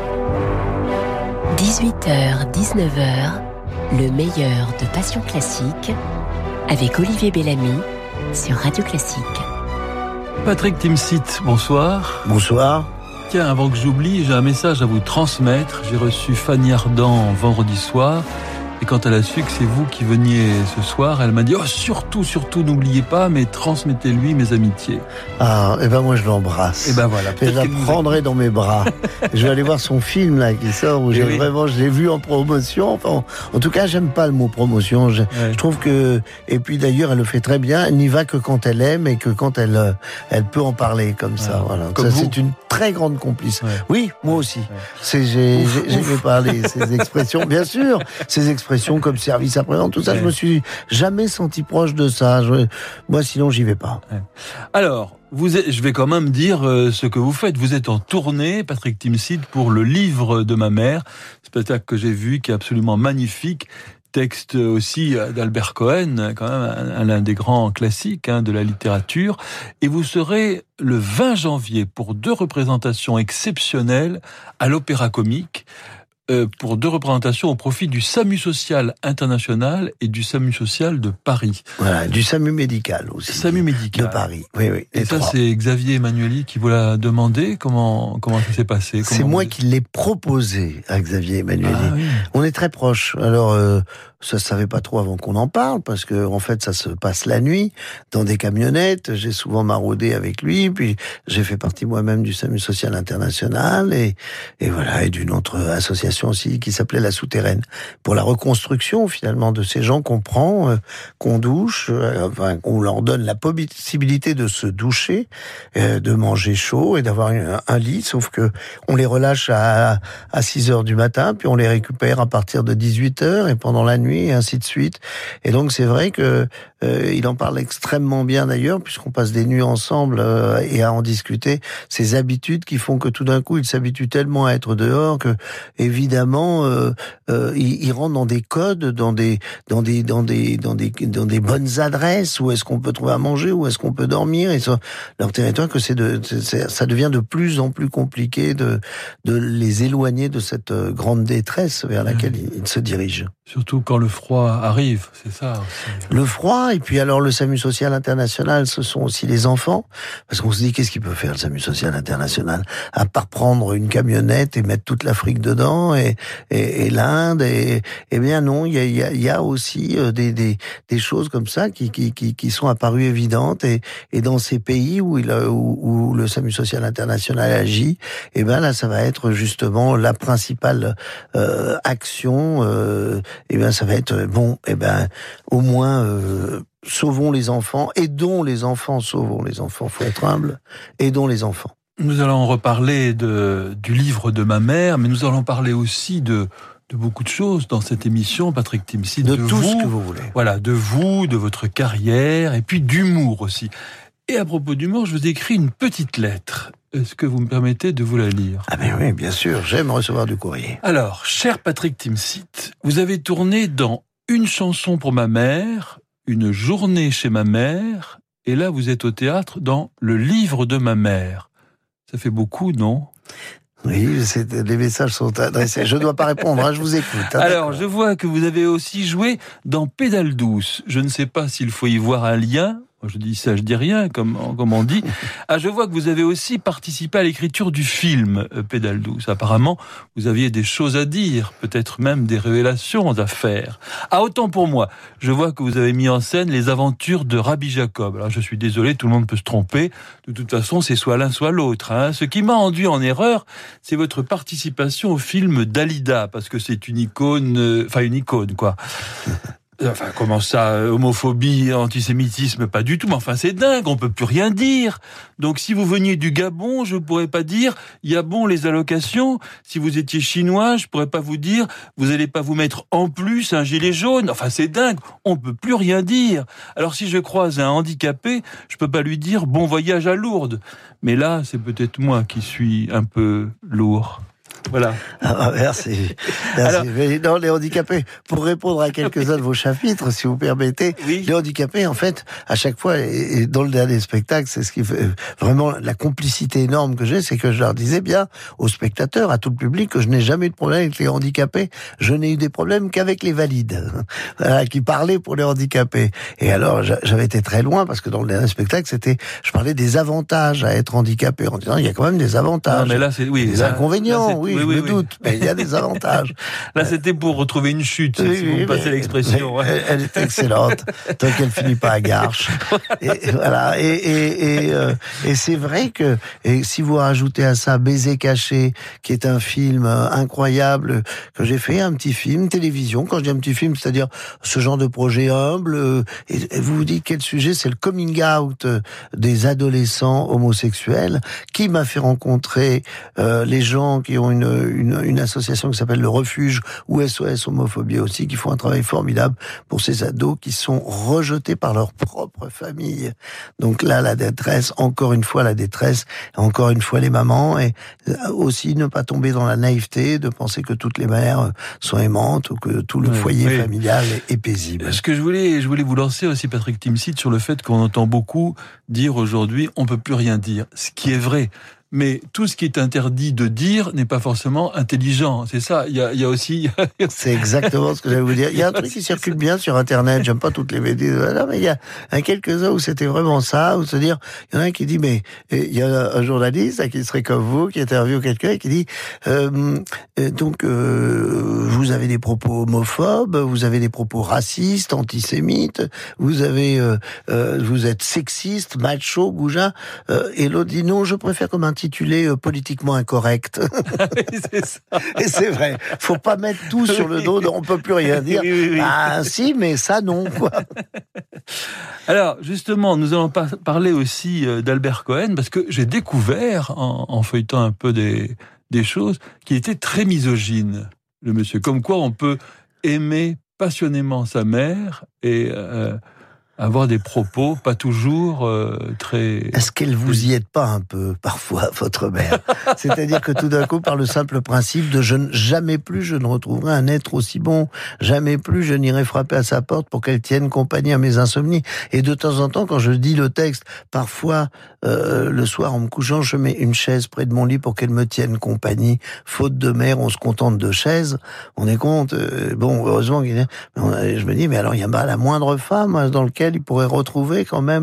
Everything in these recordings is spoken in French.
18h, 19h, le meilleur de Passion Classique avec Olivier Bellamy sur Radio Classique. Patrick Timsit, bonsoir. Bonsoir. Tiens, avant que j'oublie, j'ai un message à vous transmettre. J'ai reçu Fanny Ardant vendredi soir. Et quand elle a su que c'est vous qui veniez ce soir, elle m'a dit « Oh, surtout, n'oubliez pas, mais transmettez-lui mes amitiés. » Ah, et ben moi je l'embrasse. Et ben voilà. Et je la prendrai dans mes bras. Je vais aller voir son film là qui sort où je l'ai vu en promotion. Enfin, en tout cas, j'aime pas le mot promotion. Je trouve que, et puis d'ailleurs, elle le fait très bien. Elle n'y va que quand elle aime et que quand elle peut en parler comme ça. Voilà. Ça, c'est une très grande complice. Ouais. Oui, moi aussi. J'ai parlé ces expressions, bien sûr, ces expressions comme service après-vente, tout ça, je me suis jamais senti proche de ça. Moi, sinon, j'y vais pas. Alors, je vais quand même dire ce que vous faites. Vous êtes en tournée, Patrick Timsit, pour le livre de ma mère, spectacle que j'ai vu, qui est absolument magnifique. Texte aussi d'Albert Cohen, quand même l'un des grands classiques de la littérature. Et vous serez le 20 janvier pour 2 représentations exceptionnelles à l'Opéra Comique. Pour 2 représentations au profit du SAMU Social International et du SAMU Social de Paris. Voilà, du SAMU Médical aussi. SAMU Médical. De Paris, oui. Et ça, c'est Xavier Emmanueli qui vous l'a demandé. Comment ça s'est passé? C'est moi qui l'ai proposé à Xavier Emmanueli. Ah, oui. On est très proches. Alors, ça se savait pas trop avant qu'on en parle, parce que en fait, ça se passe la nuit, dans des camionnettes. J'ai souvent maraudé avec lui, puis j'ai fait partie moi-même du SAMU Social International, et voilà, et d'une autre association aussi qui s'appelait La Souterraine, pour la reconstruction finalement de ces gens qu'on prend, qu'on douche, on leur donne la possibilité de se doucher, de manger chaud et d'avoir un lit, sauf que on les relâche à 6h du matin, puis on les récupère à partir de 18h et pendant la nuit et ainsi de suite. Et donc c'est vrai que il en parle extrêmement bien d'ailleurs, puisqu'on passe des nuits ensemble et à en discuter, ces habitudes qui font que tout d'un coup il s'habitue tellement à être dehors que évidemment il rentre dans des codes, dans des bonnes adresses, où est-ce qu'on peut trouver à manger, où est-ce qu'on peut dormir, et sur leur territoire, que ça devient de plus en plus compliqué de les éloigner de cette grande détresse vers laquelle ils se dirigent. Surtout quand le froid arrive, c'est ça aussi. Le froid, et puis alors le SAMU Social International, ce sont aussi les enfants, parce qu'on se dit, qu'est-ce qu'il peut faire le SAMU Social International, à part prendre une camionnette et mettre toute l'Afrique dedans, et l'Inde, et bien non, il y a aussi des choses comme ça qui sont apparues évidentes, et dans ces pays où le SAMU Social International agit, et ben là ça va être justement la principale action. Et ben ça va être au moins sauvons les enfants, aidons les enfants, sauvons les enfants. Faut être humble, aidons les enfants. Nous allons reparler du livre de ma mère, mais nous allons parler aussi de beaucoup de choses dans cette émission, Patrick Timsit. De tout ce que vous voulez. Voilà, de vous, de votre carrière, et puis d'humour aussi. Et à propos d'humour, je vous ai écrit une petite lettre. Est-ce que vous me permettez de vous la lire? Ah ben oui, bien sûr, j'aime recevoir du courrier. Alors, cher Patrick Timsit, vous avez tourné dans Une chanson pour ma mère, Une journée chez ma mère, et là vous êtes au théâtre dans Le livre de ma mère. Ça fait beaucoup, non? Oui, les messages sont adressés. Je ne dois pas répondre, je vous écoute. Alors, je vois que vous avez aussi joué dans Pédale douce. Je ne sais pas s'il faut y voir un lien. Je dis ça, je dis rien, comme on dit. Ah, je vois que vous avez aussi participé à l'écriture du film Pédale douce. Apparemment, vous aviez des choses à dire, peut-être même des révélations à faire. Ah, autant pour moi. Je vois que vous avez mis en scène les aventures de Rabbi Jacob. Alors, je suis désolé, tout le monde peut se tromper. De toute façon, c'est soit l'un, soit l'autre. Ce qui m'a induit en erreur, c'est votre participation au film Dalida, parce que c'est une icône, quoi. Enfin, comment ça, homophobie, antisémitisme, pas du tout, mais enfin c'est dingue, on peut plus rien dire. Donc si vous veniez du Gabon, je pourrais pas dire, il y a bon les allocations. Si vous étiez chinois, je pourrais pas vous dire, vous allez pas vous mettre en plus un gilet jaune. Enfin c'est dingue, on peut plus rien dire. Alors si je croise un handicapé, je peux pas lui dire bon voyage à Lourdes. Mais là, c'est peut-être moi qui suis un peu lourd. Voilà. Ah, merci. Alors, non, les handicapés, pour répondre à quelques-uns de vos chapitres, si vous permettez, oui. Les handicapés, en fait, à chaque fois, et dans le dernier spectacle, c'est ce qui fait vraiment la complicité énorme que j'ai, c'est que je leur disais bien aux spectateurs, à tout le public, que je n'ai jamais eu de problème avec les handicapés. Je n'ai eu des problèmes qu'avec les valides, voilà, qui parlaient pour les handicapés. Et alors, j'avais été très loin, parce que dans le dernier spectacle, je parlais des avantages à être handicapé, en disant, il y a quand même des avantages. Non, mais là, c'est, oui, des inconvénients, oui, je me doute, mais il y a des avantages. Là, c'était pour retrouver une chute, si vous me passez l'expression. Ouais. Elle est excellente, tant qu'elle finit pas à Garches. Et voilà. Et c'est vrai que, et si vous rajoutez à ça Baiser caché, qui est un film incroyable que j'ai fait, un petit film télévision. Quand je dis un petit film, c'est-à-dire ce genre de projet humble. Et vous vous dites quel sujet, c'est le coming out des adolescents homosexuels qui m'a fait rencontrer les gens qui ont une association qui s'appelle le Refuge ou SOS Homophobie aussi, qui font un travail formidable pour ces ados qui sont rejetés par leur propre famille. Donc là, la détresse, encore une fois la détresse, encore une fois les mamans, et aussi ne pas tomber dans la naïveté de penser que toutes les mères sont aimantes ou que tout le foyer familial est paisible. Ce que je voulais vous lancer aussi, Patrick Timsit, sur le fait qu'on entend beaucoup dire aujourd'hui on peut plus rien dire, ce qui est vrai. Mais tout ce qui est interdit de dire n'est pas forcément intelligent. C'est ça. Il y a aussi. C'est exactement ce que j'allais vous dire. Il y a un truc qui circule bien sur Internet. J'aime pas toutes les BD. Non, mais il y a quelques-uns où c'était vraiment ça, où se dire, il y en a un qui dit, mais il y a un journaliste qui serait comme vous, qui interviewe quelqu'un et qui dit, donc vous avez des propos homophobes, vous avez des propos racistes, antisémites, vous êtes sexiste, macho, goujat. Et l'autre dit non, je préfère comme intitulé politiquement incorrect. C'est ça. Et c'est vrai. Faut pas mettre tout sur le dos, on peut plus rien dire. Oui. Ah, si, mais ça, non, quoi. Alors, justement, nous allons parler aussi d'Albert Cohen, parce que j'ai découvert, en feuilletant un peu des choses, qu'il était très misogyne, le monsieur. Comme quoi, on peut aimer passionnément sa mère et avoir des propos pas toujours très... Est-ce qu'elle vous y aide pas un peu, parfois, votre mère? C'est-à-dire que tout d'un coup, par le simple principe de jamais plus je ne retrouverai un être aussi bon, jamais plus je n'irai frapper à sa porte pour qu'elle tienne compagnie à mes insomnies. Et de temps en temps, quand je dis le texte, parfois, le soir, en me couchant, je mets une chaise près de mon lit pour qu'elle me tienne compagnie. Faute de mère, on se contente de chaises. On est compte. Bon, heureusement, je me dis, mais alors, il y a pas la moindre femme dans lequel il pourrait retrouver quand même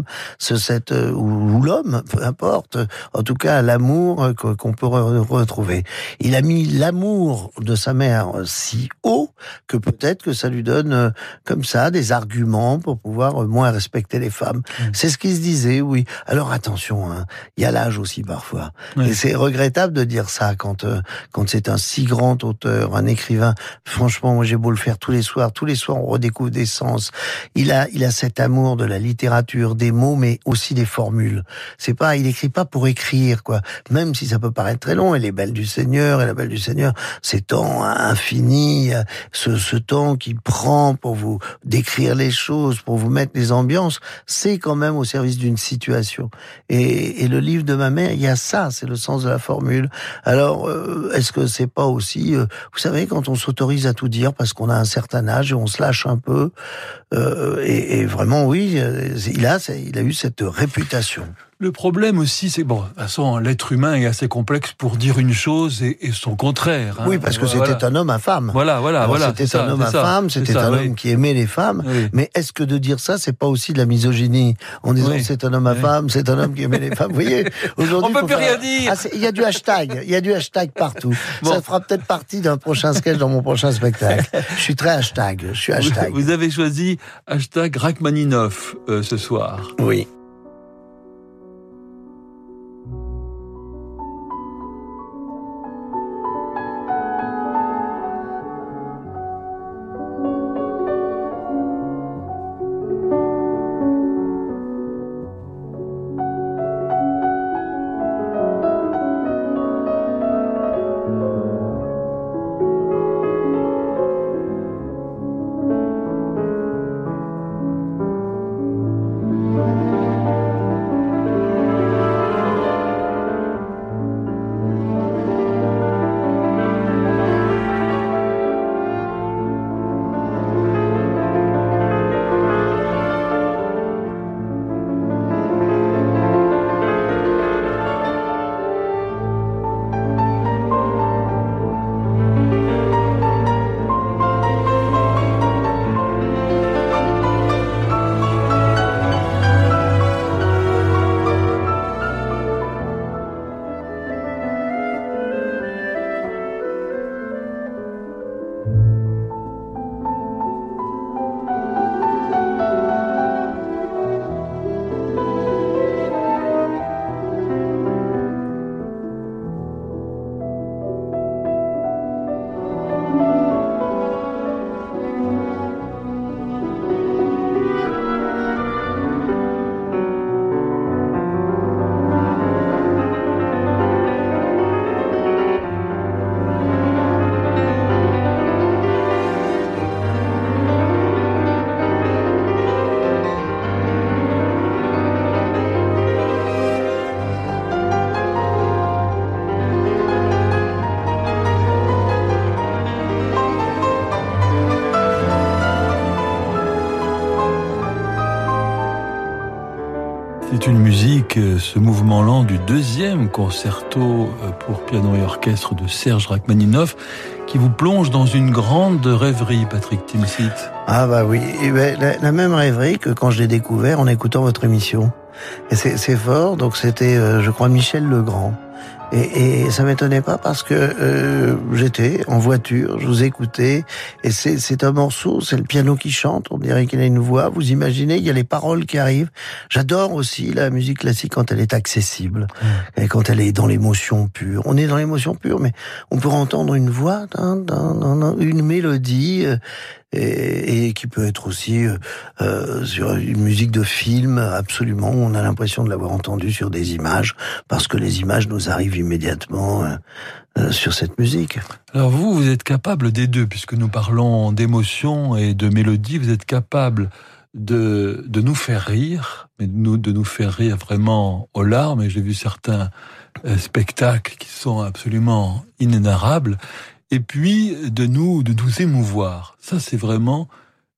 ou l'homme, peu importe, en tout cas l'amour qu'on peut retrouver. Il a mis l'amour de sa mère si haut que peut-être que ça lui donne comme ça des arguments pour pouvoir moins respecter les femmes. C'est ce qu'il se disait, oui. Alors attention, il y a l'âge aussi parfois. Et c'est regrettable de dire ça quand c'est un si grand auteur, un écrivain. Franchement, moi j'ai beau le faire tous les soirs on redécouvre des sens. Il a cet amour de la littérature, des mots, mais aussi des formules. Il écrit pas pour écrire, quoi. Même si ça peut paraître très long, et les Belles du Seigneur, et la Belle du Seigneur, ces temps infinis, ce temps qu'il prend pour vous décrire les choses, pour vous mettre les ambiances, c'est quand même au service d'une situation. Et le livre de ma mère, il y a ça, c'est le sens de la formule. Alors, est-ce que c'est pas aussi, vous savez, quand on s'autorise à tout dire parce qu'on a un certain âge et on se lâche un peu, et vraiment, oui, il a eu cette réputation. Le problème aussi, c'est de toute façon, l'être humain est assez complexe pour dire une chose et son contraire. Oui, parce que c'était un homme à femme. Voilà. C'était un homme à femme, c'était un homme qui aimait les femmes. Oui. Mais est-ce que de dire ça, c'est pas aussi de la misogynie? En disant c'est un homme à femme, c'est un homme qui aimait les femmes. Vous voyez, aujourd'hui. On peut plus rien dire. Il y a du hashtag partout. Bon. Ça fera peut-être partie d'un prochain sketch dans mon prochain spectacle. Je suis très hashtag. Vous avez choisi hashtag Rachmaninoff ce soir. Oui. C'est une musique, ce mouvement lent du deuxième concerto pour piano et orchestre de Serge Rachmaninoff, qui vous plonge dans une grande rêverie, Patrick Timsit. Ah bah oui, et ben, la même rêverie que quand je l'ai découvert en écoutant votre émission. Et c'est fort, donc c'était, je crois, Michel Legrand. Et ça m'étonnait pas parce que j'étais en voiture, je vous écoutais, et c'est un morceau, c'est le piano qui chante, on dirait qu'il a une voix, vous imaginez, il y a les paroles qui arrivent. J'adore aussi la musique classique quand elle est accessible, et quand elle est dans l'émotion pure. On est dans l'émotion pure, mais on peut entendre une voix, une mélodie, et qui peut être aussi sur une musique de film, absolument, on a l'impression de l'avoir entendu sur des images, parce que les images nous arrivent immédiatement sur cette musique. Alors vous êtes capable des deux, puisque nous parlons d'émotion et de mélodie, vous êtes capable de nous faire rire, mais de nous faire rire vraiment aux larmes, et j'ai vu certains spectacles qui sont absolument inénarrables, et puis de nous émouvoir. Ça, c'est vraiment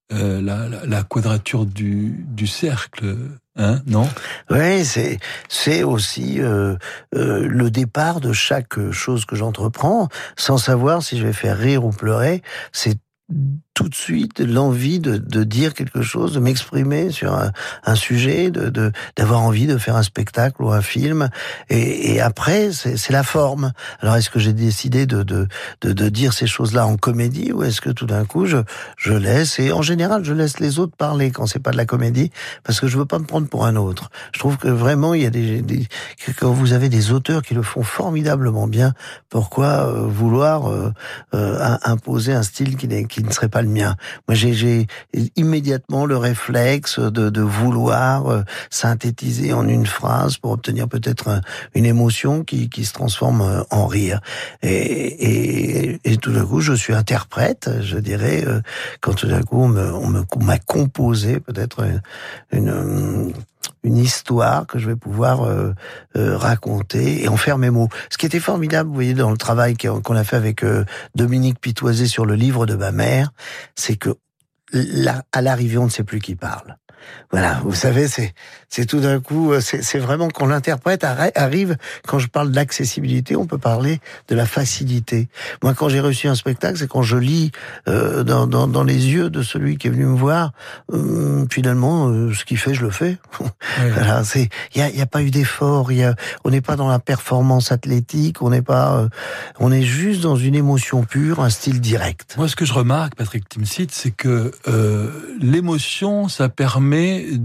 la quadrature du cercle, hein, non? Oui, c'est aussi le départ de chaque chose que j'entreprends, sans savoir si je vais faire rire ou pleurer. C'est tout de suite l'envie de dire quelque chose, de m'exprimer sur un sujet, d'avoir envie de faire un spectacle ou un film. Et après, c'est la forme. Alors, est-ce que j'ai décidé de dire ces choses-là en comédie, ou est-ce que tout d'un coup je laisse, et en général je laisse les autres parler quand c'est pas de la comédie, parce que je veux pas me prendre pour un autre. Je trouve que vraiment il y a quand vous avez des auteurs qui le font formidablement bien, pourquoi vouloir imposer un style qui ne serait pas le mien? Moi, j'ai immédiatement le réflexe de vouloir synthétiser en une phrase pour obtenir peut-être une émotion qui se transforme en rire. Et tout d'un coup, je suis interprète, je dirais, quand tout d'un coup on m'a composé peut-être une histoire que je vais pouvoir raconter et en faire mes mots. Ce qui était formidable, vous voyez, dans le travail qu'on a fait avec Dominique Pitoisé sur le livre de ma mère, c'est que à l'arrivée, on ne sait plus qui parle. Voilà, vous savez, c'est tout d'un coup, c'est vraiment quand l'interprète arrive, quand je parle d'accessibilité, on peut parler de la facilité. Moi, quand j'ai reçu un spectacle, c'est quand je lis dans les yeux de celui qui est venu me voir, finalement, ce qu'il fait, je le fais. Oui. Voilà, il y a pas eu d'effort, on n'est pas dans la performance athlétique, on est juste dans une émotion pure, un style direct. Moi, ce que je remarque, Patrick Timsit, c'est que l'émotion, ça permet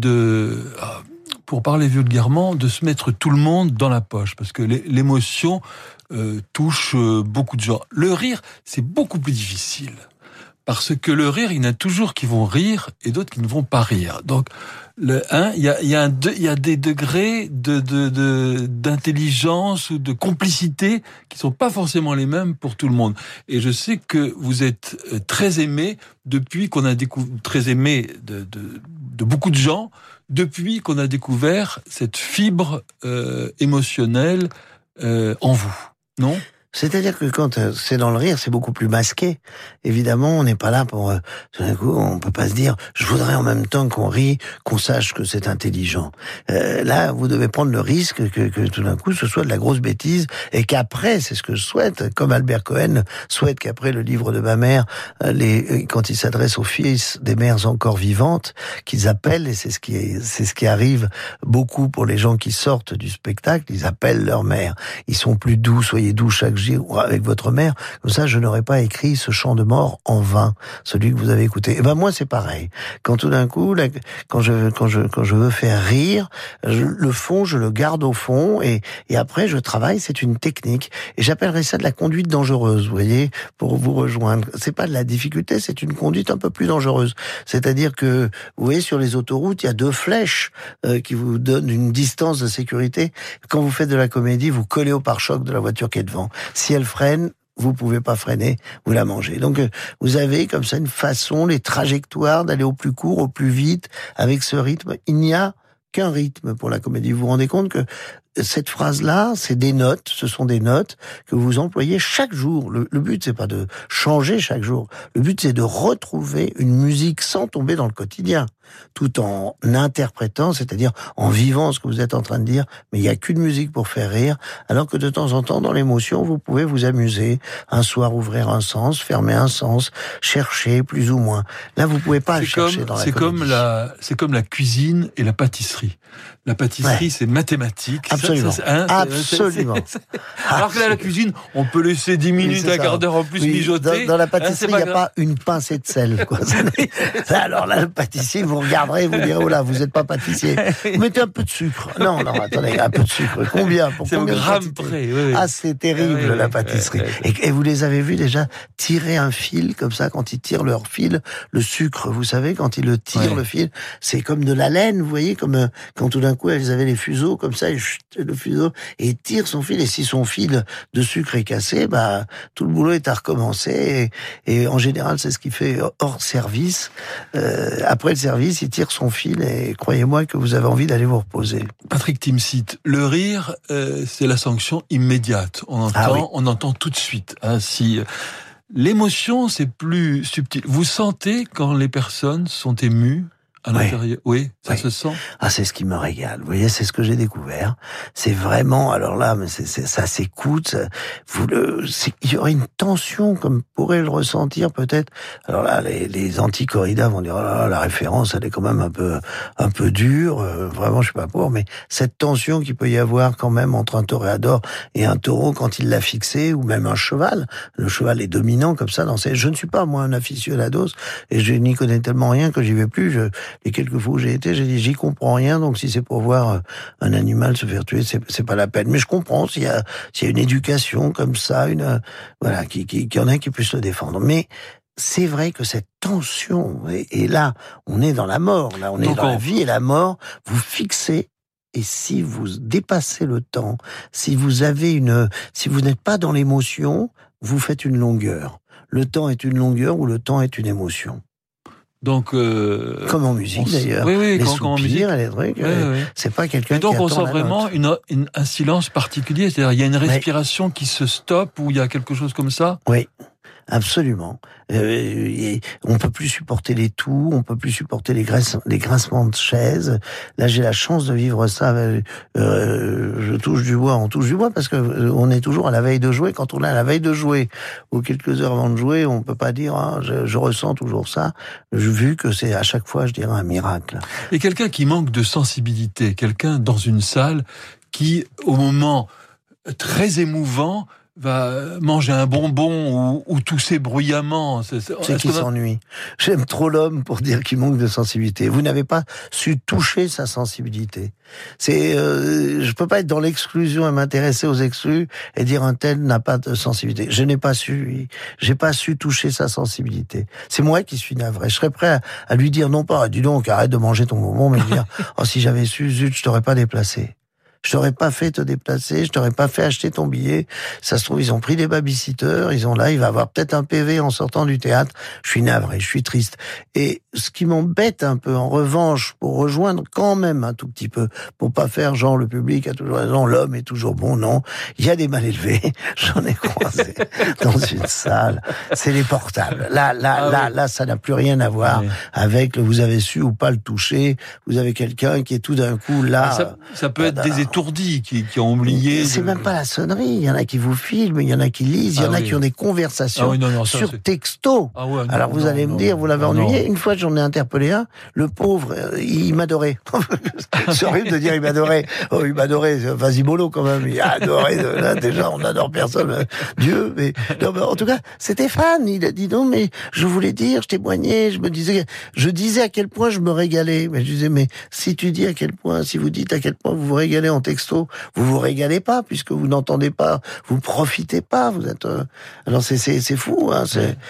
pour parler vulgairement, de se mettre tout le monde dans la poche, parce que l'émotion touche beaucoup de gens. Le rire, c'est beaucoup plus difficile, parce que le rire, il y en a toujours qui vont rire et d'autres qui ne vont pas rire. Donc, il y a des degrés d'intelligence ou de complicité qui sont pas forcément les mêmes pour tout le monde. Et je sais que vous êtes très aimé depuis qu'on a découvert, très aimé de beaucoup de gens, depuis qu'on a découvert cette fibre émotionnelle en vous, non ? C'est-à-dire que quand c'est dans le rire, c'est beaucoup plus masqué. Évidemment, on n'est pas là pour... tout d'un coup, on peut pas se dire « je voudrais en même temps qu'on rit, qu'on sache que c'est intelligent ». Là, vous devez prendre le risque que tout d'un coup, ce soit de la grosse bêtise, et qu'après, c'est ce que je souhaite, comme Albert Cohen souhaite qu'après le livre de ma mère, quand il s'adresse aux fils des mères encore vivantes, qu'ils appellent, et c'est ce qui arrive beaucoup pour les gens qui sortent du spectacle, ils appellent leur mère. Ils sont plus doux, soyez doux chaque jour avec votre mère, comme ça je n'aurais pas écrit ce chant de mort en vain, celui que vous avez écouté. Et ben moi c'est pareil. Quand tout d'un coup, quand je veux faire rire, le fond je le garde au fond et après je travaille. C'est une technique et j'appellerais ça de la conduite dangereuse. Vous voyez, pour vous rejoindre, c'est pas de la difficulté, c'est une conduite un peu plus dangereuse. C'est-à-dire que vous voyez sur les autoroutes, il y a 2 flèches qui vous donnent une distance de sécurité. Quand vous faites de la comédie, vous collez au pare-choc de la voiture qui est devant. Si elle freine, vous pouvez pas freiner, vous la mangez. Donc, vous avez comme ça une façon, les trajectoires d'aller au plus court, au plus vite, avec ce rythme. Il n'y a qu'un rythme pour la comédie. Vous vous rendez compte que cette phrase-là, c'est des notes, ce sont des notes que vous employez chaque jour. Le but, c'est pas de changer chaque jour. Le but, c'est de retrouver une musique sans tomber dans le quotidien, tout en interprétant, c'est-à-dire en vivant ce que vous êtes en train de dire, mais il n'y a qu'une musique pour faire rire, alors que de temps en temps, dans l'émotion, vous pouvez vous amuser. Un soir, ouvrir un sens, fermer un sens, chercher plus ou moins. Là, vous pouvez pas chercher dans la comédie. C'est comme la cuisine et la pâtisserie. La pâtisserie, c'est mathématique. Absolument. Absolument. Alors que là, la cuisine, on peut laisser 10 minutes, un quart d'heure en plus mijoter. Dans la pâtisserie, il n'y a pas une pincée de sel, quoi. Alors là, le pâtissier, vous regarderez, vous direz, oh là, vous n'êtes pas pâtissier. Vous mettez un peu de sucre. Non, attendez, un peu de sucre. Combien? C'est au gramme près. Oui. Ah, c'est terrible, la pâtisserie. Et vous les avez vus déjà tirer un fil, comme ça, quand ils tirent leur fil, le sucre, vous savez, quand ils le tirent, le fil, c'est comme de la laine, vous voyez, comme quand tout d'un coup, elles avaient les fuseaux, comme ça, le fuseau, et il tire son fil, et si son fil de sucre est cassé, bah, tout le boulot est à recommencer, et en général, c'est ce qu'il fait hors service. Après le service, il tire son fil, et croyez-moi que vous avez envie d'aller vous reposer. Patrick Timsit, le rire, c'est la sanction immédiate. On entend tout de suite. Hein, si l'émotion, c'est plus subtil. Vous sentez quand les personnes sont émues à l'intérieur? Oui, ça se sent. Ah, c'est ce qui me régale. Vous voyez, c'est ce que j'ai découvert. C'est vraiment, alors là, mais ça s'écoute. Il y aurait une tension comme pourrait le ressentir peut-être. Alors là, les anti-corridas vont dire, oh là, la référence, elle est quand même un peu dure. Vraiment, je suis pas pour, mais cette tension qu'il peut y avoir quand même entre un toréador et un taureau quand il l'a fixé, ou même un cheval. Le cheval est dominant comme ça je ne suis pas, moi, un aficionados, et je n'y connais tellement rien que j'y vais plus. Les quelques fois où j'ai été, j'ai dit, j'y comprends rien, donc si c'est pour voir un animal se faire tuer, c'est pas la peine. Mais je comprends s'il y a une éducation comme ça, qu'il y en a qui puissent le défendre. Mais c'est vrai que cette tension, et là, on est dans la mort, là, on est dans la vie et la mort, vous fixez. Et si vous dépassez le temps, si vous n'êtes pas dans l'émotion, vous faites une longueur. Le temps est une longueur ou le temps est une émotion. Donc, comme en musique d'ailleurs, les soupirs, les trucs, c'est pas quelqu'un qui attend la note. Donc on sent vraiment un silence particulier, c'est-à-dire il y a une respiration qui se stoppe ou il y a quelque chose comme ça. Oui. Absolument. On peut plus supporter les toux, on peut plus supporter les grincements de chaises. Là, j'ai la chance de vivre ça. Je touche du bois, on touche du bois parce que on est toujours à la veille de jouer. Quand on est à la veille de jouer ou quelques heures avant de jouer, on peut pas dire je ressens toujours ça. Vu que c'est à chaque fois, je dirais, un miracle. Et quelqu'un qui manque de sensibilité, quelqu'un dans une salle qui, au moment très émouvant, va manger un bonbon ou tousser bruyamment. C'est qui s'ennuie. J'aime trop l'homme pour dire qu'il manque de sensibilité. Vous n'avez pas su toucher sa sensibilité. Je peux pas être dans l'exclusion et m'intéresser aux exclus et dire un tel n'a pas de sensibilité. J'ai pas su toucher sa sensibilité. C'est moi qui suis navré. Je serais prêt à lui dire non pas, dis donc, arrête de manger ton bonbon, mais dire, si j'avais su, zut, je t'aurais pas déplacé. Je t'aurais pas fait te déplacer, je t'aurais pas fait acheter ton billet. Ça se trouve, ils ont pris des babysitters, il va avoir peut-être un PV en sortant du théâtre. Je suis navré, je suis triste. Et ce qui m'embête un peu, en revanche, pour rejoindre quand même un tout petit peu, pour pas faire genre le public a toujours raison, l'homme est toujours bon, non. Il y a des mal élevés, j'en ai croisé dans une salle. C'est les portables. Là, ça n'a plus rien à voir avec vous avez su ou pas le toucher. Vous avez quelqu'un qui est tout d'un coup là. Ça peut être des étourdis qui ont oublié. C'est même pas la sonnerie. Il y en a qui vous filment, il y en a qui lisent, il y en a qui ont des conversations sur texto. Alors vous allez me dire, vous l'avez ennuyé. Une fois, j'en ai interpellé un. Le pauvre, il m'adorait. C'est horrible de dire il m'adorait. Oh, il m'adorait. Vas-y mollo quand même. Il a adoré. Là, déjà, on n'adore personne. Dieu. Mais en tout cas, c'était fan. Il a dit non, mais je voulais dire, je témoignais. Je disais à quel point je me régalais. Mais je disais, mais si tu dis à quel point, si vous dites à quel point vous vous régalez en texto, vous régalez pas puisque vous n'entendez pas, vous profitez pas, vous êtes. Alors c'est fou, hein.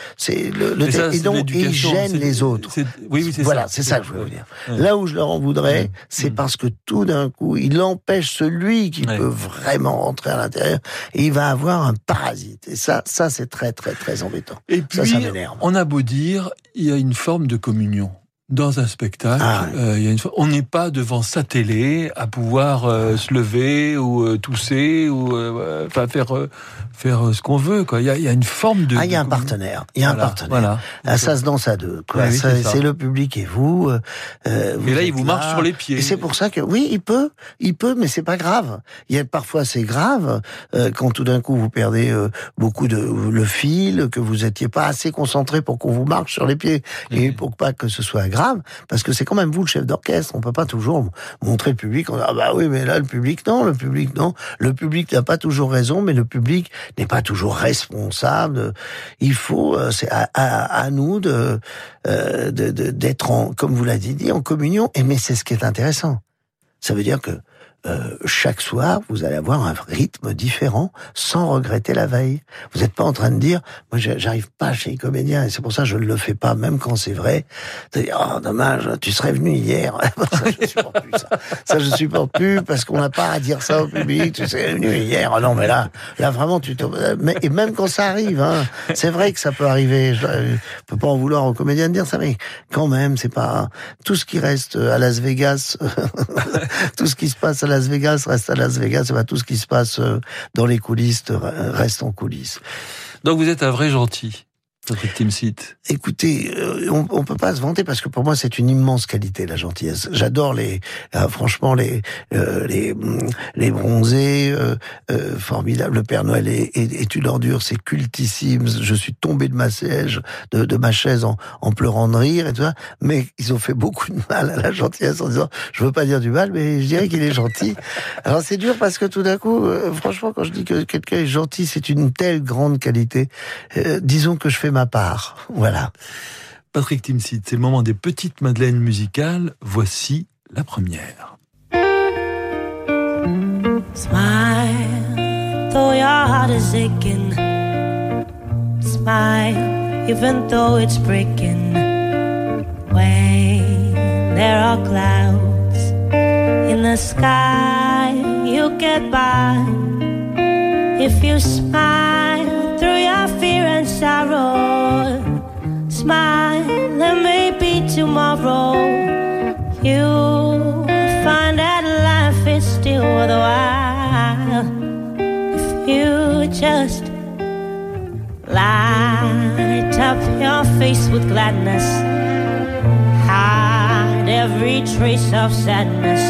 Et donc il gêne les autres. Voilà, c'est ça que je veux dire. Là où je leur en voudrais, c'est parce que tout d'un coup, il empêche celui qui peut vraiment rentrer à l'intérieur et il va avoir un parasite. Et ça c'est très très très embêtant. Et puis, ça m'énerve. On a beau dire, il y a une forme de communion. Dans un spectacle, il y a une fois, on n'est pas devant sa télé à pouvoir se lever ou tousser ou faire ce qu'on veut, quoi. Il y a une forme de... il y a un partenaire. Il y a un partenaire. Voilà. Ça se danse à deux, quoi. Oui, c'est le public et vous. Et là, il vous marche sur les pieds. Et c'est pour ça que, oui, il peut, mais c'est pas grave. Parfois, c'est grave, quand tout d'un coup, vous perdez beaucoup le fil, que vous étiez pas assez concentré pour qu'on vous marche sur les pieds. Et pour pas que ce soit grave, parce que c'est quand même vous le chef d'orchestre. On peut pas toujours montrer le public. On dit, oui, mais là, le public, non. Le public n'a pas toujours raison, mais le public n'est pas toujours responsable. Il faut, c'est à nous d'être comme vous l'avez dit, en communion. Mais c'est ce qui est intéressant. Ça veut dire que chaque soir, vous allez avoir un rythme différent sans regretter la veille. Vous n'êtes pas en train de dire, moi j'arrive pas chez les comédiens et c'est pour ça que je ne le fais pas, même quand c'est vrai. De dire, oh dommage, tu serais venu hier. Ça je supporte plus ça. Ça je supporte plus parce qu'on n'a pas à dire ça au public. Tu serais venu hier. Oh non mais là vraiment et même quand ça arrive, hein, c'est vrai que ça peut arriver. Je peux pas en vouloir aux comédiens de dire ça, mais quand même c'est pas tout ce qui reste à Las Vegas, tout ce qui se passe à Las Vegas reste à Las Vegas, et tout ce qui se passe dans les coulisses reste en coulisses. Donc vous êtes un vrai gentil, Patrick Timsit. Écoutez, on peut pas se vanter parce que pour moi c'est une immense qualité, la gentillesse. J'adore franchement les bronzés, formidable. Le Père Noël est une ordure, c'est cultissime. Je suis tombé de ma chaise en pleurant de rire et tout ça. Mais ils ont fait beaucoup de mal à la gentillesse en disant, je veux pas dire du mal, mais je dirais qu'il est gentil. Alors c'est dur parce que tout d'un coup, franchement, quand je dis que quelqu'un est gentil, c'est une telle grande qualité. Disons que je fais ma part. Voilà. Patrick Timsit, c'est le moment des petites madeleines musicales. Voici la première. Smile, though your heart is aching. Smile, even though it's breaking. When there are clouds in the sky, you'll get by. If you smile through your fear and sorrow, smile, there may be tomorrow. You'll find that life is still worthwhile if you just light up your face with gladness, hide every trace of sadness,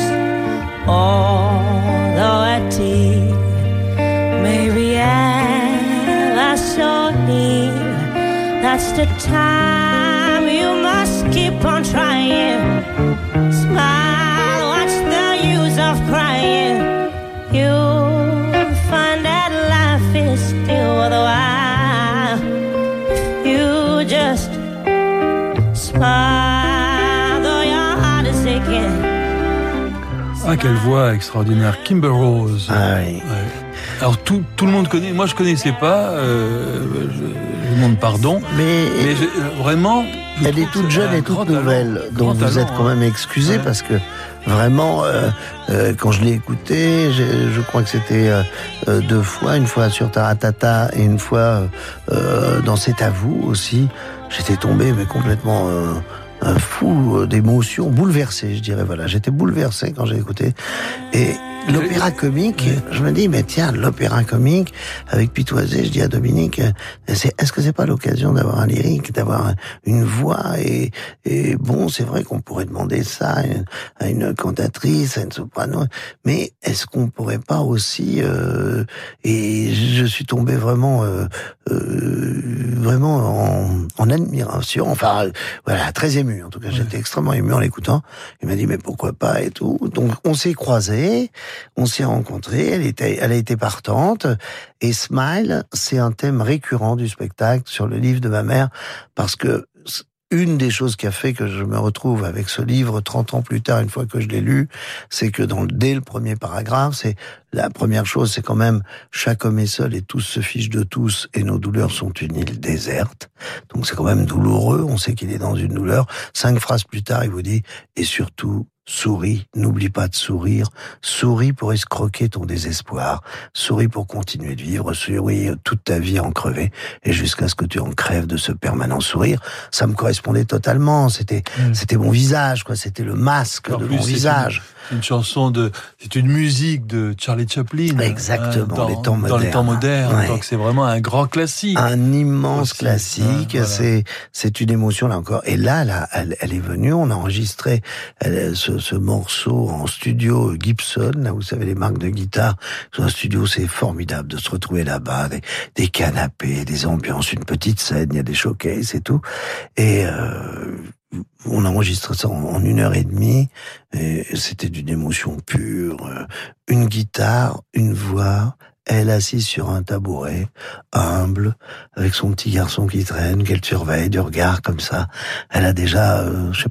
although a tear may be ever so near. That's the time you must keep on trying. Smile, what's the use of crying? You'll find that life is still worthwhile if you just smile, though your heart is aching. Ah, quelle voix extraordinaire, Kimber Rose. Ah oui. Ouais. Alors tout le monde connaît, moi je connaissais pas, je demande pardon, mais vraiment... Elle est toute jeune et toute nouvelle, donc vous êtes quand même excusé parce que vraiment, quand je l'ai écoutée, je crois que c'était 2 fois, une fois sur Taratata et une fois dans C'est à vous aussi, j'étais tombé mais complètement... un fou d'émotions, bouleversé, je dirais, voilà. J'étais bouleversé quand j'ai écouté. Et l'opéra comique, je me dis, mais tiens, l'opéra comique, avec Pitoisé, je dis à Dominique, est-ce que c'est pas l'occasion d'avoir un lyrique, d'avoir une voix, et bon, c'est vrai qu'on pourrait demander ça à une cantatrice, à une soprano, mais est-ce qu'on pourrait pas aussi, et je suis tombé vraiment en admiration, enfin, voilà, très ému. En tout cas, j'étais extrêmement ému en l'écoutant. Il m'a dit, mais pourquoi pas et tout. Donc, on s'est croisés, on s'est rencontrés, elle a été partante. Et Smile, c'est un thème récurrent du spectacle sur le livre de ma mère, parce que une des choses qui a fait que je me retrouve avec ce livre 30 ans plus tard, une fois que je l'ai lu, c'est que dès le premier paragraphe, c'est La première chose, c'est quand même chaque homme est seul et tous se fichent de tous et nos douleurs sont une île déserte. Donc c'est quand même douloureux, on sait qu'il est dans une douleur. 5 phrases plus tard, il vous dit « Et surtout, souris, n'oublie pas de sourire. Souris pour escroquer ton désespoir. Souris pour continuer de vivre. Souris toute ta vie à en crever. Et jusqu'à ce que tu en crèves de ce permanent sourire. » Ça me correspondait totalement. C'était mon visage, quoi. C'était le masque de mon visage. C'est une chanson c'est une musique de Charlie Chaplin. Exactement, dans les temps modernes. Ouais. Donc c'est vraiment un grand classique. Un immense classique. Voilà. C'est une émotion là encore. Et là, elle est venue. On a enregistré ce morceau en studio Gibson. Là, vous savez, les marques de guitare. Dans un studio, c'est formidable de se retrouver là-bas. Des canapés, des ambiances, une petite scène. Il y a des showcases et tout. Et on a enregistré ça en 1h30 et c'était d'une émotion pure. Une guitare, une voix, elle assise sur un tabouret, humble, avec son petit garçon qui traîne, qu'elle surveille du regard comme ça. Elle a déjà,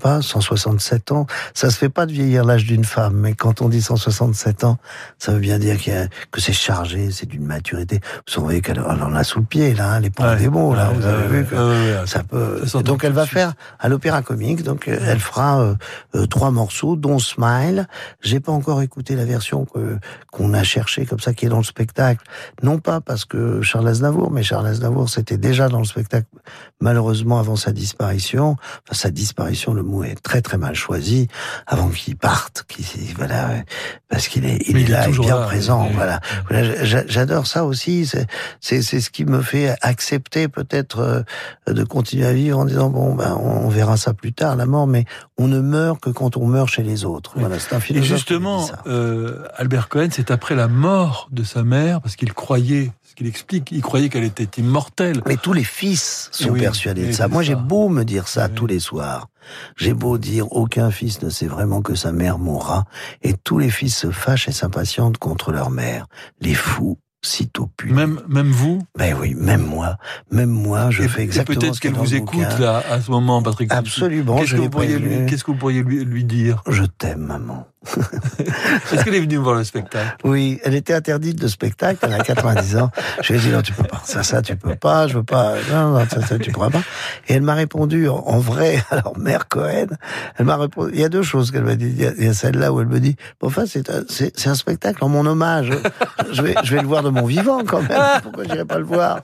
167 ans. Ça se fait pas de vieillir l'âge d'une femme, mais quand on dit 167 ans, ça veut bien dire que c'est chargé, c'est d'une maturité. Vous savez qu'elle en a sous le pied, là, les points des mots, là, vous avez vu que ça peut... Donc elle va faire à l'Opéra Comique, donc elle fera 3 morceaux, dont Smile. J'ai pas encore écouté la version qu'on a cherchée comme ça, qui est dans le spectacle. Non pas parce que Charles Aznavour, mais Charles Aznavour, c'était déjà dans le spectacle, malheureusement, avant sa disparition. Enfin, sa disparition, le mot est très très mal choisi, avant qu'il parte, voilà, parce qu'il est là, il est bien présent, voilà. J'adore ça aussi, c'est ce qui me fait accepter peut-être de continuer à vivre en disant, bon, on verra ça plus tard, la mort, mais on ne meurt que quand on meurt chez les autres. Voilà, c'est un philosophe. Et justement, Albert Cohen, c'est après la mort de sa mère, parce qu'il croyait, ce qu'il explique, il croyait qu'elle était immortelle. Mais tous les fils sont persuadés de ça. Moi, j'ai beau me dire ça tous les soirs. J'ai beau dire, aucun fils ne sait vraiment que sa mère mourra, et tous les fils se fâchent et s'impatientent contre leur mère. Les fous, sitôt punis. Même vous? Ben oui, même moi, je fais exactement peut-être ce qu'il y a qu'elle dans vous le écoute bouquin. là, à ce moment, Patrick. Absolument, Qu'est-ce que vous pourriez lui dire? Je t'aime, maman. Est-ce qu'elle est venue voir le spectacle? Oui, elle était interdite de spectacle, elle a 90 ans. Je lui ai dit, non, tu peux pas. Ça, tu peux pas, je veux pas, non, ça, tu pourras pas. Et elle m'a répondu, en vrai, alors, mère Cohen, elle m'a répondu, il y a 2 choses qu'elle m'a dit. Il y a celle-là où elle me dit, bon, enfin, c'est un spectacle en mon hommage. Je vais le voir de mon vivant, quand même. Pourquoi j'irai pas le voir?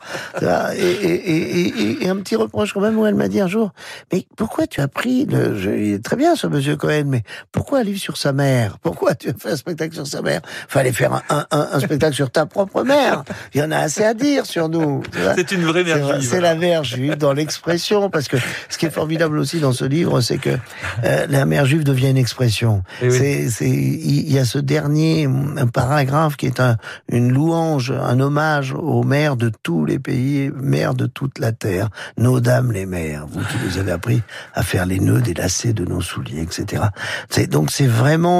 Et un petit reproche, quand même, où elle m'a dit un jour, mais pourquoi tu as pris il est très bien, ce monsieur Cohen, mais pourquoi un livre sur sa mère? Pourquoi tu as fait un spectacle sur sa mère? Fallait faire un spectacle sur ta propre mère. Il y en a assez à dire sur nous. C'est une vraie mère juive. C'est la mère juive dans l'expression, parce que ce qui est formidable aussi dans ce livre, c'est que la mère juive devient une expression. Il y a ce dernier paragraphe qui est une louange, un hommage aux mères de tous les pays, mères de toute la terre, nos dames les mères, vous qui nous avez appris à faire les nœuds des lacets de nos souliers, etc. Donc c'est vraiment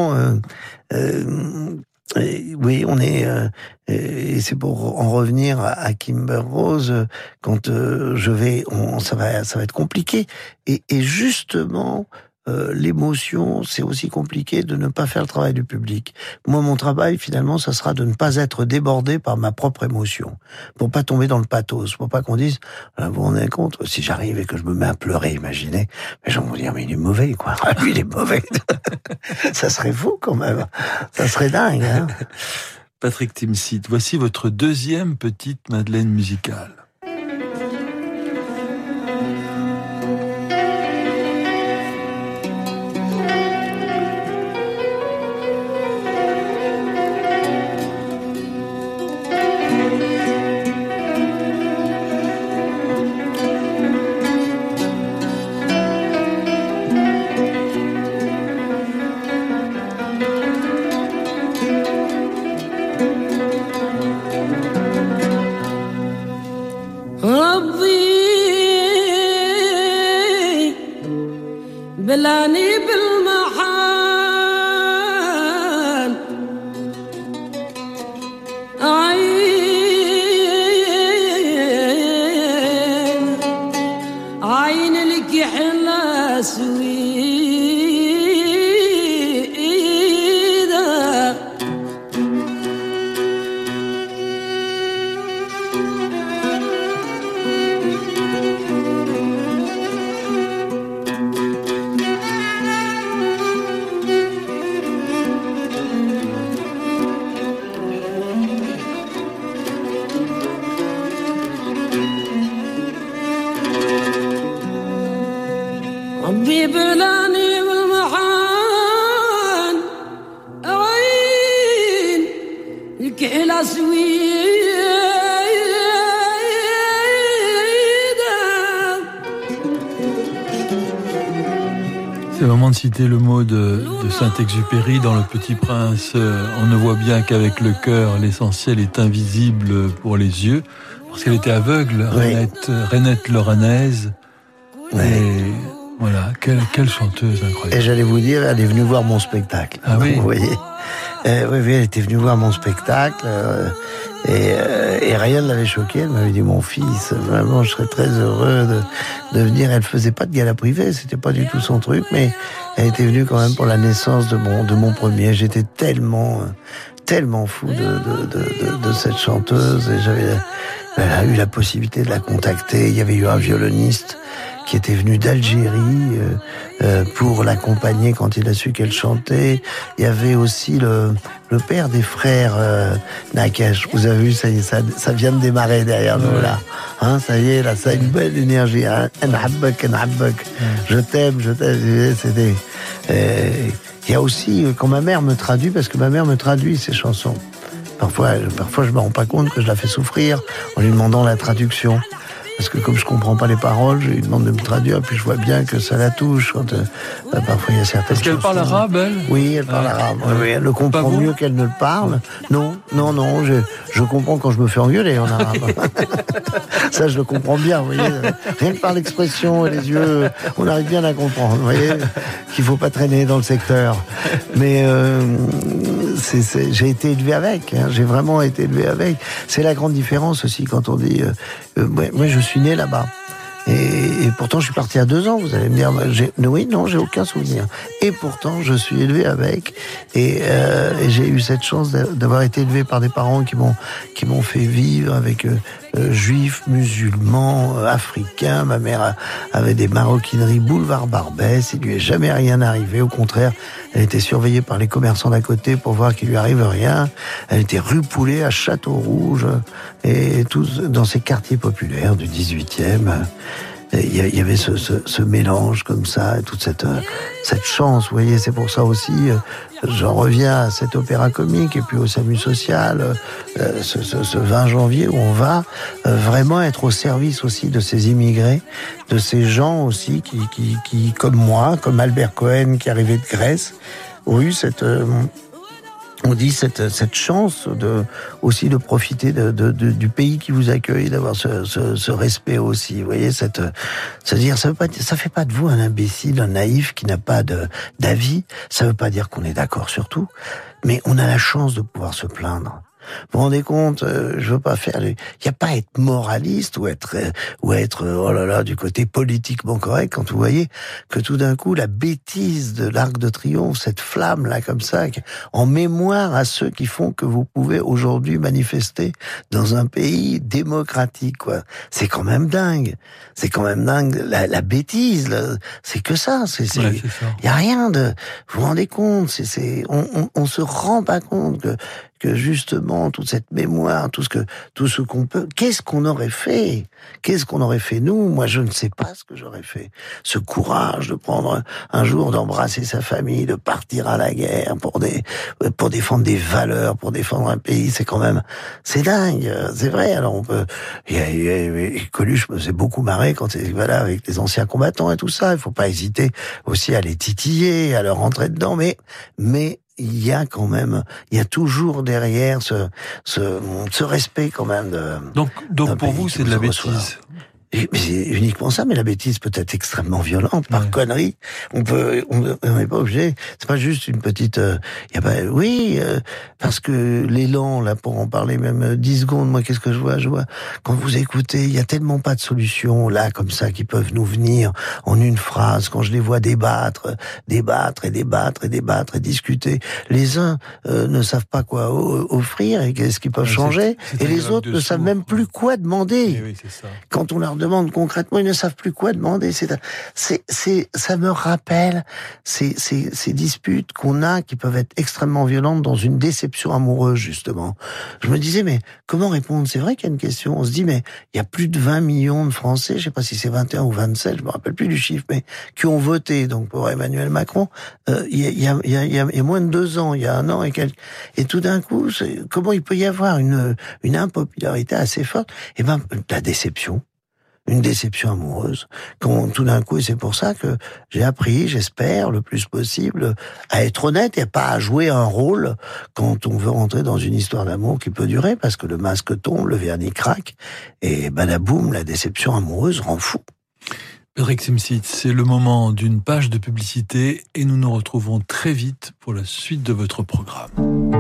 oui, on est et c'est pour en revenir à Kimber Rose quand ça va être compliqué et justement l'émotion, c'est aussi compliqué de ne pas faire le travail du public. Moi, mon travail, finalement, ça sera de ne pas être débordé par ma propre émotion, pour pas tomber dans le pathos, pour pas qu'on dise, vous vous rendez compte, si j'arrive et que je me mets à pleurer, imaginez, les gens vont dire, mais il est mauvais, quoi. Lui, il est mauvais. Ça serait fou, quand même. Ça serait dingue, hein. Patrick Timsit, voici votre 2e petite Madeleine musicale. بلاني بالمحال عين لك يحلى سويدة C'est le moment de citer le mot de Saint-Exupéry dans Le Petit Prince. On ne voit bien qu'avec le cœur, l'essentiel est invisible pour les yeux. Parce qu'elle était aveugle, Oui. Rainette Loranaise. Oui. Et voilà, quelle chanteuse Et incroyable. j'allais vous dire, elle est venue voir mon spectacle. Ah oui. Vous voyez. Oui, elle était venue voir mon spectacle. Et rien ne l'avait choquée. Elle m'avait dit, mon fils, vraiment, je serais très heureux de venir. Elle faisait pas de gala privé, c'était pas du tout son truc, mais elle était venue quand même pour la naissance de mon premier. J'étais tellement fou de cette chanteuse, et elle a eu la possibilité de la contacter. Il y avait eu un violoniste qui était venu d'Algérie pour l'accompagner quand il a su qu'elle chantait. Il y avait aussi le père des frères Nakash. Vous avez vu, ça y est, ça vient de démarrer derrière nous là. Hein, ça y est, là, ça a une belle énergie. Hein. Je t'aime. C'était. Il y a aussi quand ma mère me traduit, parce que ma mère me traduit ses chansons. Parfois, je me rends pas compte que je la fais souffrir en lui demandant la traduction. Parce que comme je comprends pas les paroles, je lui demande de me traduire, puis je vois bien que ça la touche. Quand, parfois, il y a certaines Est-ce qu'elle parle arabe, elle ? Oui, elle parle arabe. Oui, elle le comprend mieux qu'elle ne le parle. Non, je comprends quand je me fais engueuler en arabe. Ça, je le comprends bien, vous voyez. Rien que par l'expression et les yeux, on arrive bien à comprendre, vous voyez, qu'il faut pas traîner dans le secteur. Mais j'ai été élevé avec, hein, j'ai vraiment été élevé avec. C'est la grande différence aussi quand on dit... moi, je suis né là-bas. Et pourtant, je suis parti à 2 ans. Vous allez me dire, j'ai aucun souvenir. Et pourtant, je suis élevé avec. Et j'ai eu cette chance d'avoir été élevé par des parents qui m'ont fait vivre avec juifs, musulmans, africains. Ma mère avait des maroquineries boulevard Barbès. Il lui est jamais rien arrivé. Au contraire, elle était surveillée par les commerçants d'à côté pour voir qu'il lui arrive rien. Elle était rue Poulet à Château-Rouge et tous dans ces quartiers populaires du 18e. Il y avait ce mélange comme ça, et toute cette chance, vous voyez. C'est pour ça aussi, j'en reviens à cet opéra comique et puis au SAMU social, ce 20 janvier où on va vraiment être au service aussi de ces immigrés, de ces gens aussi qui comme moi, comme Albert Cohen qui arrivait de Grèce, ont eu cette chance aussi de profiter du pays qui vous accueille, d'avoir ce respect aussi. Vous voyez, c'est-à-dire, ça fait pas de vous un imbécile, un naïf qui n'a pas d'avis. Ça veut pas dire qu'on est d'accord sur tout, mais on a la chance de pouvoir se plaindre. Vous vous rendez compte, je veux pas faire... Il n'y a pas à être moraliste ou être oh là là, du côté politiquement correct quand vous voyez que tout d'un coup, la bêtise de l'Arc de Triomphe, cette flamme-là comme ça, en mémoire à ceux qui font que vous pouvez aujourd'hui manifester dans un pays démocratique, quoi. C'est quand même dingue. C'est quand même dingue. La bêtise, là, c'est que ça. Il y a rien de... Vous vous rendez compte, on se rend pas compte que justement toute cette mémoire, tout ce qu'on peut, qu'est-ce qu'on aurait fait nous? Moi, je ne sais pas ce que j'aurais fait. Ce courage de prendre un jour, d'embrasser sa famille, de partir à la guerre pour défendre des valeurs, pour défendre un pays, c'est dingue, c'est vrai. Alors Coluche me faisait beaucoup marrer quand voilà, avec les anciens combattants et tout ça. Il faut pas hésiter aussi à les titiller, à leur rentrer dedans, mais il y a toujours derrière ce respect quand même Donc pour vous, c'est de la bêtise. Mais c'est uniquement ça, mais la bêtise peut être extrêmement violente, par connerie. On n'est pas obligé. C'est pas juste une petite. Parce que l'élan, là, pour en parler même 10 secondes, moi, qu'est-ce que je vois quand vous écoutez, il y a tellement pas de solutions là comme ça qui peuvent nous venir en une phrase. Quand je les vois débattre et discuter, les uns ne savent pas quoi offrir et qu'est-ce qu'ils peuvent changer, et les autres ne savent même plus quoi demander. Oui, c'est ça. Quand on leur demande concrètement, ils ne savent plus quoi demander. Ça me rappelle ces disputes qu'on a qui peuvent être extrêmement violentes dans une déception amoureuse, justement. Je me disais, mais comment répondre? C'est vrai qu'il y a une question. On se dit, mais il y a plus de 20 millions de Français, je sais pas si c'est 21 ou 27, je me rappelle plus du chiffre, mais qui ont voté donc pour Emmanuel Macron il y a moins de 2 ans, il y a 1 an et quelques. Et tout d'un coup, comment il peut y avoir une impopularité assez forte? Eh ben, la déception. Une déception amoureuse. Quand tout d'un coup, et c'est pour ça que j'ai appris, j'espère, le plus possible, à être honnête et pas à jouer un rôle quand on veut rentrer dans une histoire d'amour qui peut durer, parce que le masque tombe, le vernis craque, et badaboum, la déception amoureuse rend fou. Patrick Timsit, c'est le moment d'une page de publicité et nous nous retrouvons très vite pour la suite de votre programme.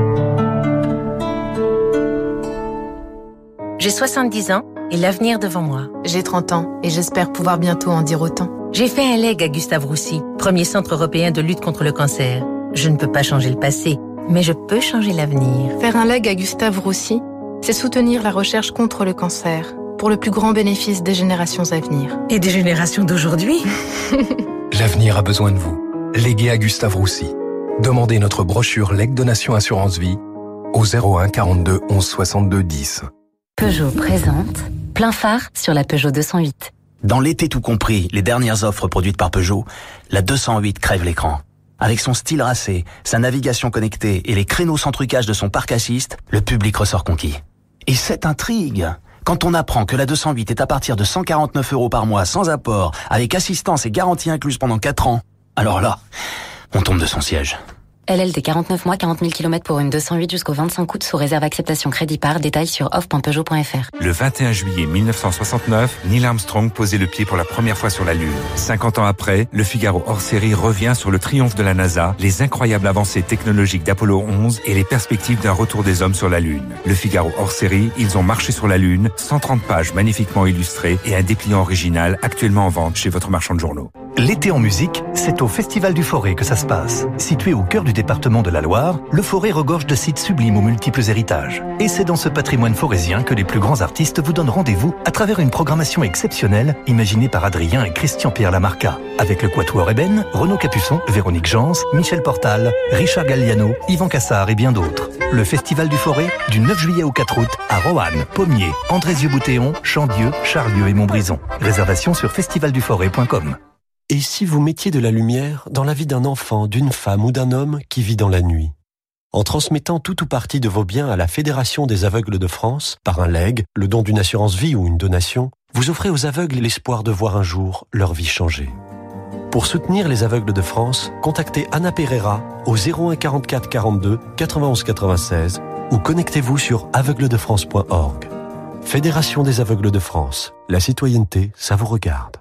J'ai 70 ans et l'avenir devant moi. J'ai 30 ans et j'espère pouvoir bientôt en dire autant. J'ai fait un leg à Gustave Roussy, premier centre européen de lutte contre le cancer. Je ne peux pas changer le passé, mais je peux changer l'avenir. Faire un leg à Gustave Roussy, c'est soutenir la recherche contre le cancer, pour le plus grand bénéfice des générations à venir. Et des générations d'aujourd'hui. L'avenir a besoin de vous. Léguez à Gustave Roussy. Demandez notre brochure Leg Donation Assurance Vie au 01 42 11 62 10. Peugeot présente Plein phare sur la Peugeot 208. Dans l'été tout compris, les dernières offres produites par Peugeot, la 208 crève l'écran. Avec son style racé, sa navigation connectée et les créneaux sans trucage de son parc assist, le public ressort conquis. Et cette intrigue, quand on apprend que la 208 est à partir de 149 € par mois sans apport, avec assistance et garantie incluse pendant 4 ans, alors là, on tombe de son siège. LLD 49 mois, 40 000 km pour une 208 jusqu'au 25 août sous réserve acceptation crédit par. Détails sur off.peugeot.fr. Le 21 juillet 1969, Neil Armstrong posait le pied pour la première fois sur la Lune. 50 ans après, le Figaro hors série revient sur le triomphe de la NASA, les incroyables avancées technologiques d'Apollo 11 et les perspectives d'un retour des hommes sur la Lune. Le Figaro hors série, ils ont marché sur la Lune, 130 pages magnifiquement illustrées et un dépliant original actuellement en vente chez votre marchand de journaux. L'été en musique, c'est au Festival du Forêt que ça se passe. Situé au cœur du département de la Loire, le Forêt regorge de sites sublimes aux multiples héritages. Et c'est dans ce patrimoine forésien que les plus grands artistes vous donnent rendez-vous à travers une programmation exceptionnelle imaginée par Adrien et Christian-Pierre Lamarca. Avec le Quatuor Eben, Renaud Capuçon, Véronique Jans, Michel Portal, Richard Galliano, Yvan Cassard et bien d'autres. Le Festival du Forêt, du 9 juillet au 4 août, à Roanne, Pommier, Andrézieux-Boutéon, Chandieu, Charlieu et Montbrison. Réservation sur festivalduforêt.com. Et si vous mettiez de la lumière dans la vie d'un enfant, d'une femme ou d'un homme qui vit dans la nuit? En transmettant tout ou partie de vos biens à la Fédération des aveugles de France, par un legs, le don d'une assurance vie ou une donation, vous offrez aux aveugles l'espoir de voir un jour leur vie changer. Pour soutenir les aveugles de France, contactez Anna Pereira au 01 44 42 91 96 ou connectez-vous sur aveugledefrance.org. Fédération des aveugles de France. La citoyenneté, ça vous regarde.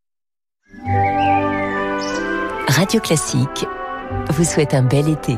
Radio Classique vous souhaite un bel été.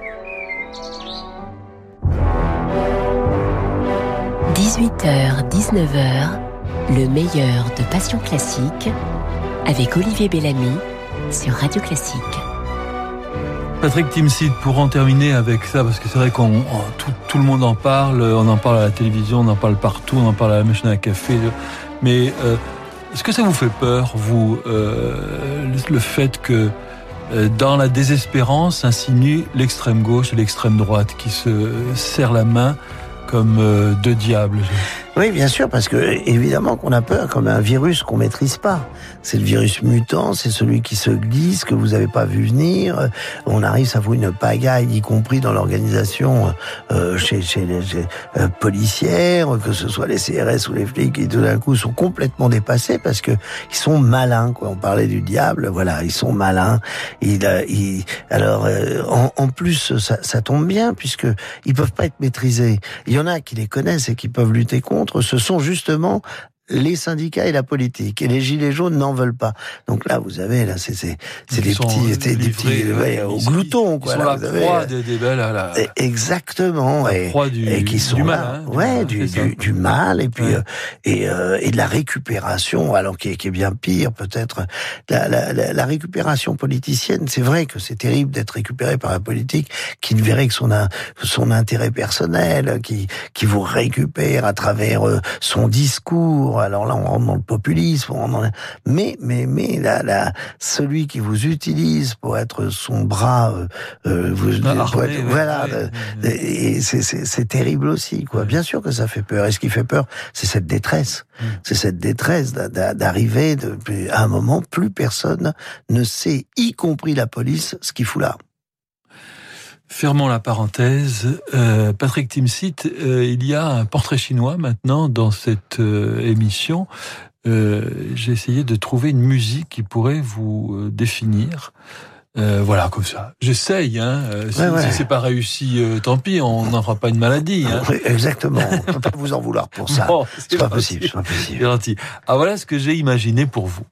18h, 19h, le meilleur de Passion Classique avec Olivier Bellamy sur Radio Classique. Patrick Timsit, pour en terminer avec ça, parce que c'est vrai qu'on tout le monde en parle, on en parle à la télévision, on en parle partout, on en parle à la machine à café, mais est-ce que ça vous fait peur, vous, le fait que dans la désespérance s'insinue l'extrême gauche et l'extrême droite qui se serrent la main comme deux diables? Oui, bien sûr, parce que évidemment qu'on a peur comme un virus qu'on maîtrise pas. C'est le virus mutant, c'est celui qui se glisse, que vous avez pas vu venir. On arrive, ça vaut une pagaille, y compris dans l'organisation chez les policières, que ce soit les CRS ou les flics, qui tout d'un coup sont complètement dépassés parce que ils sont malins, quoi. On parlait du diable, voilà, ils sont malins. Alors, en plus, ça tombe bien puisque ils peuvent pas être maîtrisés. Il y en a qui les connaissent et qui peuvent lutter contre. Ce sont justement les syndicats et la politique. Et les gilets jaunes n'en veulent pas. Donc là, vous avez, là, c'est des petits au glouton, quoi. Ils sont là, la proie des belles, exactement. La proie et qui sont du là, mal, du mal, et puis, et de la récupération, alors qui est bien pire, peut-être. La récupération politicienne, c'est vrai que c'est terrible d'être récupéré par la politique, qui ne verrait que son intérêt personnel, qui vous récupère à travers son discours, bon, alors là, on rentre dans le populisme, mais celui qui vous utilise pour être son bras, et c'est terrible aussi, quoi. Bien sûr que ça fait peur. Et ce qui fait peur, c'est cette détresse. C'est cette détresse d'arriver à un moment, plus personne ne sait, y compris la police, ce qu'il fout là. Fermons la parenthèse. Patrick Timsit, il y a un portrait chinois maintenant dans cette émission. J'ai essayé de trouver une musique qui pourrait vous définir. Voilà, comme ça. J'essaye, Si c'est pas réussi, tant pis, on n'en fera pas une maladie, Oui, exactement. On peut pas vous en vouloir pour ça. Bon, c'est pas possible. C'est gentil. Ah, voilà ce que j'ai imaginé pour vous.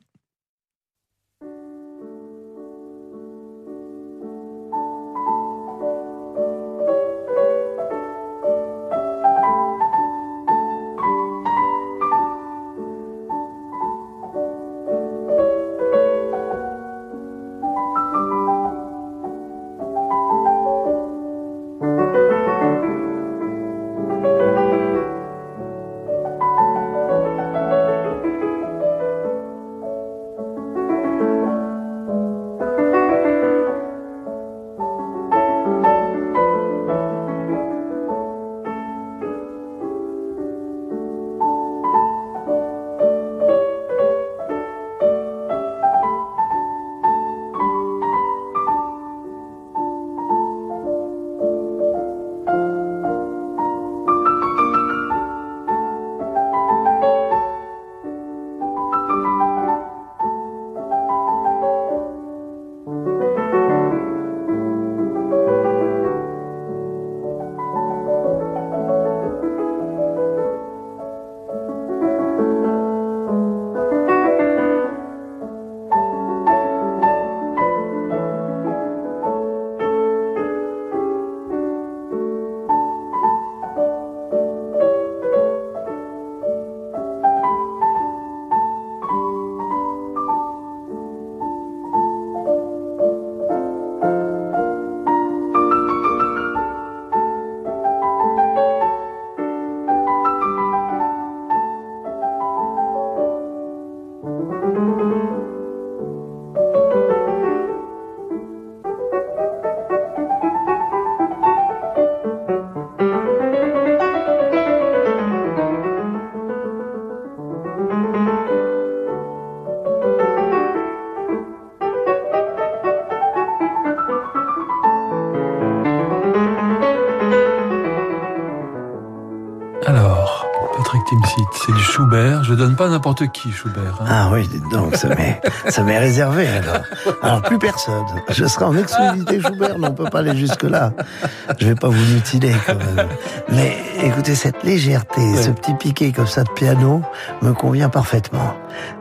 C'est du Schubert. Je donne pas n'importe qui, Schubert. Ah oui, donc ça m'est réservé alors. Alors plus personne. Je serai en exclusivité Schubert, mais on peut pas aller jusque là. Je vais pas vous mutiler quand même. Mais écoutez, cette légèreté, ce petit piqué comme ça de piano me convient parfaitement.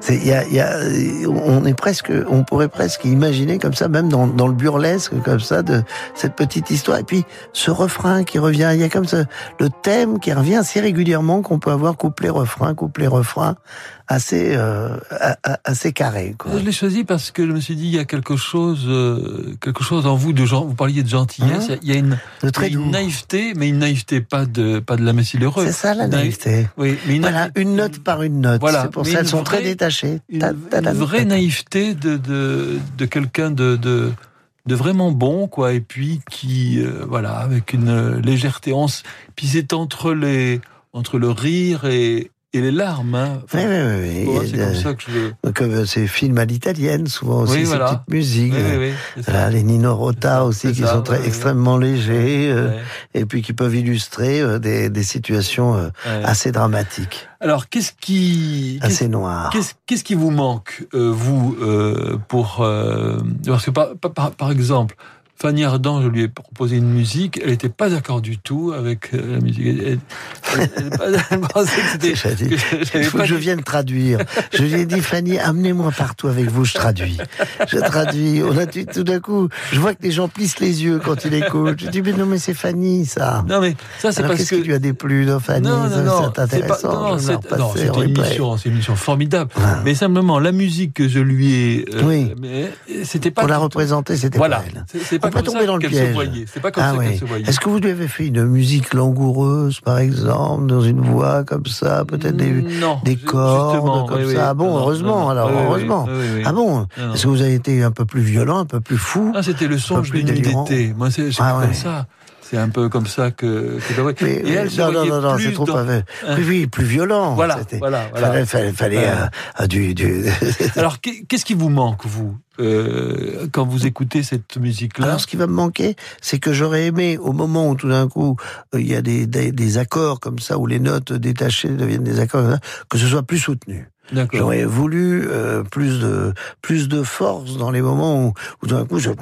On pourrait presque imaginer comme ça, même dans le burlesque comme ça, de cette petite histoire. Et puis ce refrain qui revient, il y a comme ça le thème qui revient assez régulièrement, qu'on peut avoir couplet-refrain, assez carré, quoi. Je l'ai choisi parce que je me suis dit, il y a quelque chose en vous de genre. Vous parliez de gentillesse. Il y a une naïveté, mais une naïveté pas de la Messe l'heureux. C'est ça la naïveté. Oui, mais une note par une note. Voilà. C'est pour ça qu'elles sont très détachées. Une vraie naïveté de quelqu'un de vraiment bon, quoi. Et puis qui, avec une légèreté. Puis c'est entre le rire et les larmes. Oui. C'est comme ça que je... Comme ces films à l'italienne, souvent aussi, ces petites musiques. Les Nino Rota aussi, qui sont extrêmement légers, et puis qui peuvent illustrer des situations assez dramatiques. Alors, assez noir. Qu'est-ce qui vous manque, vous, pour... Parce que, par exemple... Fanny Ardant, je lui ai proposé une musique, elle n'était pas d'accord du tout avec la musique. Elle pensait que c'était... Il faut que je vienne traduire. Je lui ai dit, Fanny, amenez-moi partout avec vous, je traduis. Tout d'un coup, je vois que les gens plissent les yeux quand ils écoutent. Je dis, mais non, mais c'est Fanny, ça. Non, mais ça, c'est alors, parce qu'est-ce qui lui a déplu, Fanny? Non, c'est intéressant. C'est une émission formidable. Mais simplement, la musique que je lui ai... oui. Mais c'était pas... Pour la représenter, c'était pas elle. C'est pas pas tombé dans le piège. C'est pas comme ça qu'elle se voyait. Est-ce que vous lui avez fait une musique langoureuse, par exemple, dans une voix comme ça, peut-être des cordes comme ça? Ah bon, heureusement. Oui. Ah bon? Non. Est-ce que vous avez été un peu plus violent, un peu plus fou? Ah, c'était le songe d'une nuit d'été. Moi, c'est comme ça. C'est un peu comme ça que et elle se voyait non, c'est trop plus violent. Voilà. Fallait du. Alors, qu'est-ce qui vous manque, vous, quand vous écoutez cette musique-là? Alors, ce qui va me manquer, c'est que j'aurais aimé, au moment où tout d'un coup, il y a des accords comme ça, où les notes détachées deviennent des accords, que ce soit plus soutenu. D'accord. J'aurais voulu plus de force dans les moments où tout d'un coup je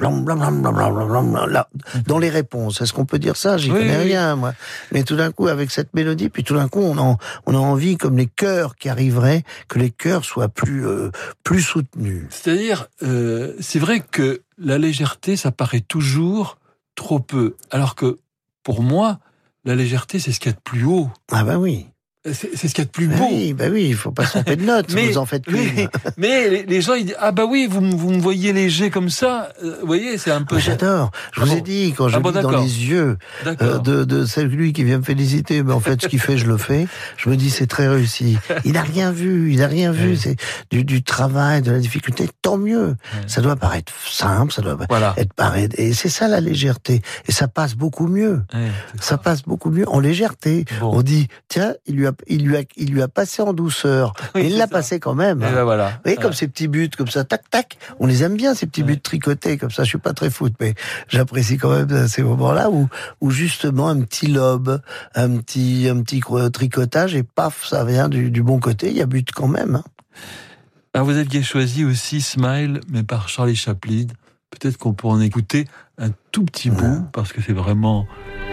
là, dans les réponses. Est-ce qu'on peut dire ça? J'y connais rien, moi. Mais tout d'un coup, avec cette mélodie, puis tout d'un coup, on a envie, comme les chœurs qui arriveraient, que les chœurs soient plus soutenus. C'est-à-dire, c'est vrai que la légèreté, ça paraît toujours trop peu. Alors que, pour moi, la légèreté, c'est ce qu'il y a de plus haut. Ah ben oui. C'est ce qu'il y a de plus beau. Oui, il faut pas se tromper de notes, vous en faites plus. Mais les gens, ils disent, ah bah oui, vous me voyez léger comme ça, vous voyez, c'est un peu... J'adore, je vous ai dit, quand je lis dans les yeux de celui qui vient me féliciter, mais en fait, ce qu'il fait, je le fais, je me dis, c'est très réussi. Il n'a rien vu, c'est du travail, de la difficulté, tant mieux. Ça doit paraître simple, ça doit paraître... Et c'est ça la légèreté, et ça passe beaucoup mieux. Ça passe beaucoup mieux en légèreté. Bon. On dit, tiens, il lui a passé en douceur. Oui, il l'a passé quand même. Et ben voilà. Vous voyez, comme ces petits buts, comme ça, tac, tac. On les aime bien, ces petits buts tricotés, comme ça. Je suis pas très foot, mais j'apprécie quand même ces moments-là où justement, un petit lobe, un petit tricotage, et paf, ça vient du bon côté. Il y a but quand même. Hein. Alors, vous aviez choisi aussi Smile, mais par Charlie Chaplin. Peut-être qu'on peut en écouter un tout petit bout, parce que c'est vraiment...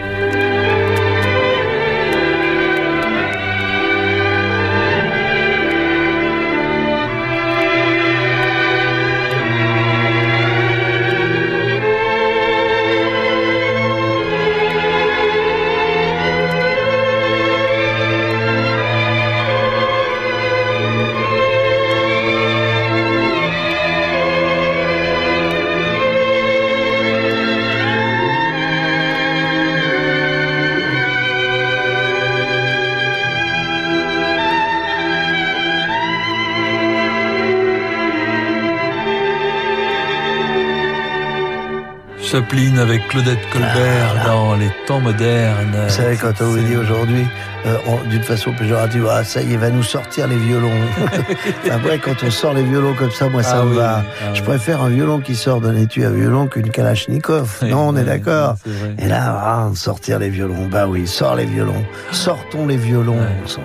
Chaplin avec Claudette Colbert dans les temps modernes. Vous savez, quand on vous dit aujourd'hui, d'une façon péjorative, ça y est, va nous sortir les violons. Après, quand on sort les violons comme ça, moi, ça me va. Je préfère un violon qui sort d'un étui à violon qu'une Kalachnikov. Non, on est d'accord. Et là, sortir les violons. Bah oui, sors les violons. Sortons les violons.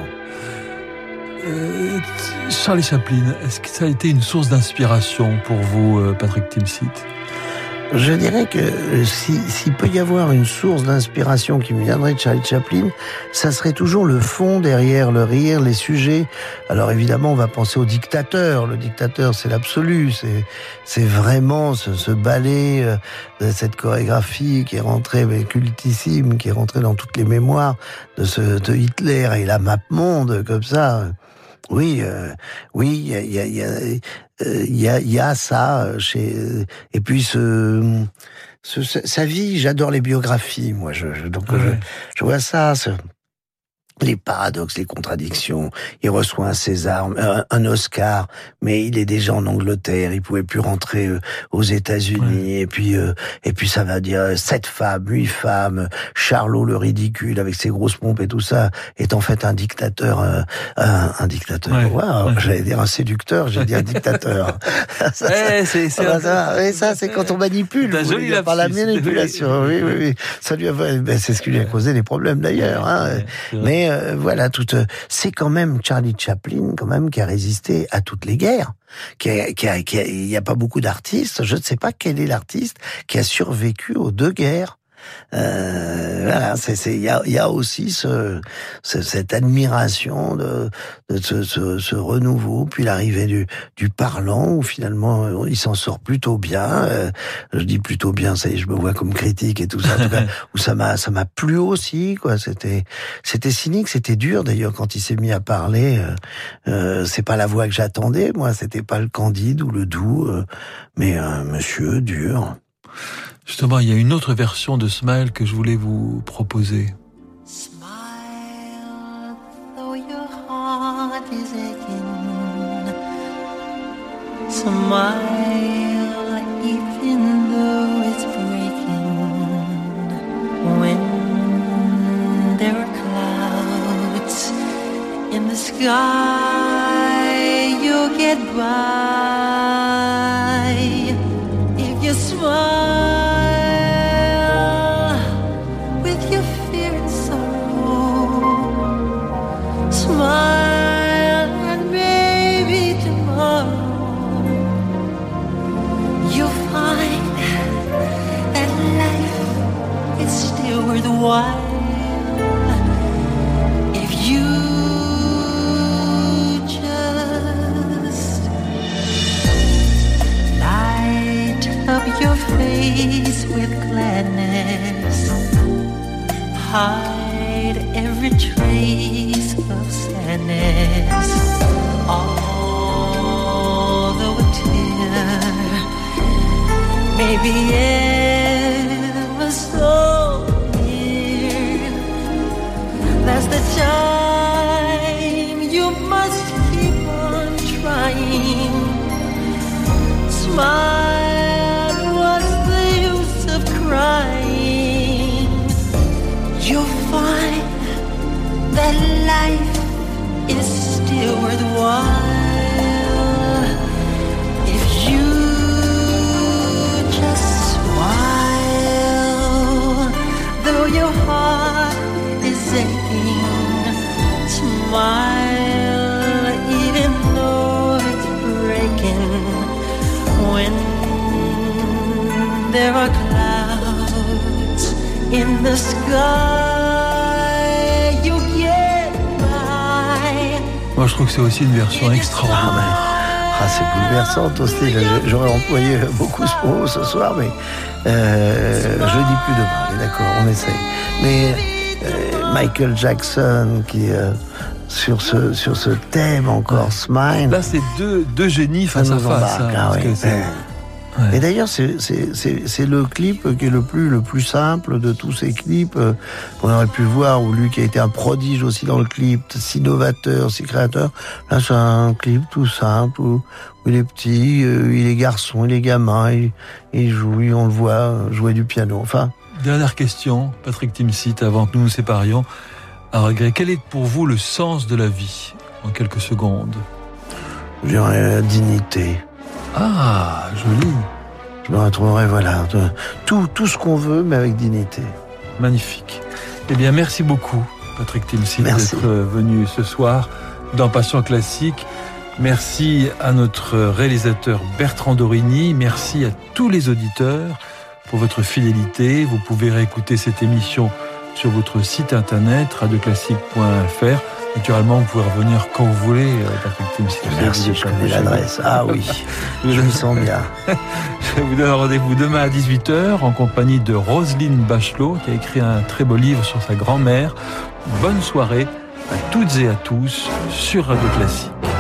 Charlie Chaplin, est-ce que ça a été une source d'inspiration pour vous, Patrick Timsit? Je dirais que s'il peut y avoir une source d'inspiration qui me viendrait de Charlie Chaplin, ça serait toujours le fond derrière le rire, les sujets. Alors évidemment, on va penser au dictateur. Le dictateur, c'est l'absolu. C'est vraiment ce ballet, cette chorégraphie qui est rentrée, cultissime, qui est rentrée dans toutes les mémoires de Hitler et la map monde, comme ça. Oui, il y a ça chez et puis sa vie. J'adore les biographies, moi. Je vois ça. Les paradoxes, les contradictions. Il reçoit un César, un Oscar, mais il est déjà en Angleterre. Il pouvait plus rentrer aux États-Unis. Et puis ça va dire 7 femmes, 8 femmes. Charlot le ridicule avec ses grosses pompes et tout ça est en fait un dictateur. Un dictateur. Wow, j'allais dire un séducteur. J'ai dit un dictateur. Ça, c'est quand on manipule. Par la manipulation. Oui. Ça lui c'est ce qui lui a causé des problèmes d'ailleurs. Mais voilà, c'est quand même Charlie Chaplin, quand même, qui a résisté à toutes les guerres. Il y a pas beaucoup d'artistes. Je ne sais pas quel est l'artiste qui a survécu aux 2 guerres. Voilà, il y a aussi cette admiration de ce renouveau, puis l'arrivée du parlant où finalement il s'en sort plutôt bien. Je dis plutôt bien, ça y est, je me vois comme critique et tout ça. En tout cas, où ça m'a plu aussi, quoi. C'était cynique, c'était dur d'ailleurs quand il s'est mis à parler. C'est pas la voix que j'attendais, moi. C'était pas le candide ou le doux, mais un monsieur dur. Justement, il y a une autre version de Smile que je voulais vous proposer. Smile, though your heart is aching. Smile, even though it's breaking. When there are clouds in the sky, you'll get by if you smile. Smile and maybe tomorrow you'll find that life is still worthwhile if you just light up your face with gladness. Hide every trace of sadness, although a tear may be ever so near. That's the time you must keep on trying. Smile, what's the use of crying? You'll find that life is still worthwhile if you just smile. Though your heart is aching, smile even though it's breaking. When there are clouds in the sky, moi, je trouve que c'est aussi une version extraordinaire. Ah, c'est bouleversant aussi. J'aurais employé beaucoup ce mot ce soir, mais je ne dis plus demain. D'accord, on essaye. Mais Michael Jackson qui sur ce thème encore, Smile. Là, c'est deux génies face à face. Et d'ailleurs, c'est le clip qui est le plus simple de tous ces clips qu'on aurait pu voir, où lui qui a été un prodige aussi dans le clip, si novateur, si créateur. Là, c'est un clip tout simple où il est petit, il est garçon, il est gamin, il joue, on le voit jouer du piano. Enfin. Dernière question, Patrick Timsit, avant que nous nous séparions. À regret, quel est pour vous le sens de la vie, en quelques secondes? Je dirais la dignité. Ah, joli. Je me retrouverai, voilà, tout ce qu'on veut, mais avec dignité. Magnifique. Eh bien, merci beaucoup, Patrick Timsit, d'être venu ce soir dans Passion Classique. Merci à notre réalisateur Bertrand Dorini. Merci à tous les auditeurs pour votre fidélité. Vous pouvez réécouter cette émission sur votre site internet radioclassique.fr. Naturellement, vous pouvez revenir quand vous voulez, Patrick Timsit. Merci, je connais l'adresse. Ah oui, je me sens bien. Je vous donne rendez-vous demain à 18h en compagnie de Roselyne Bachelot, qui a écrit un très beau livre sur sa grand-mère. Bonne soirée à toutes et à tous sur Radio Classique.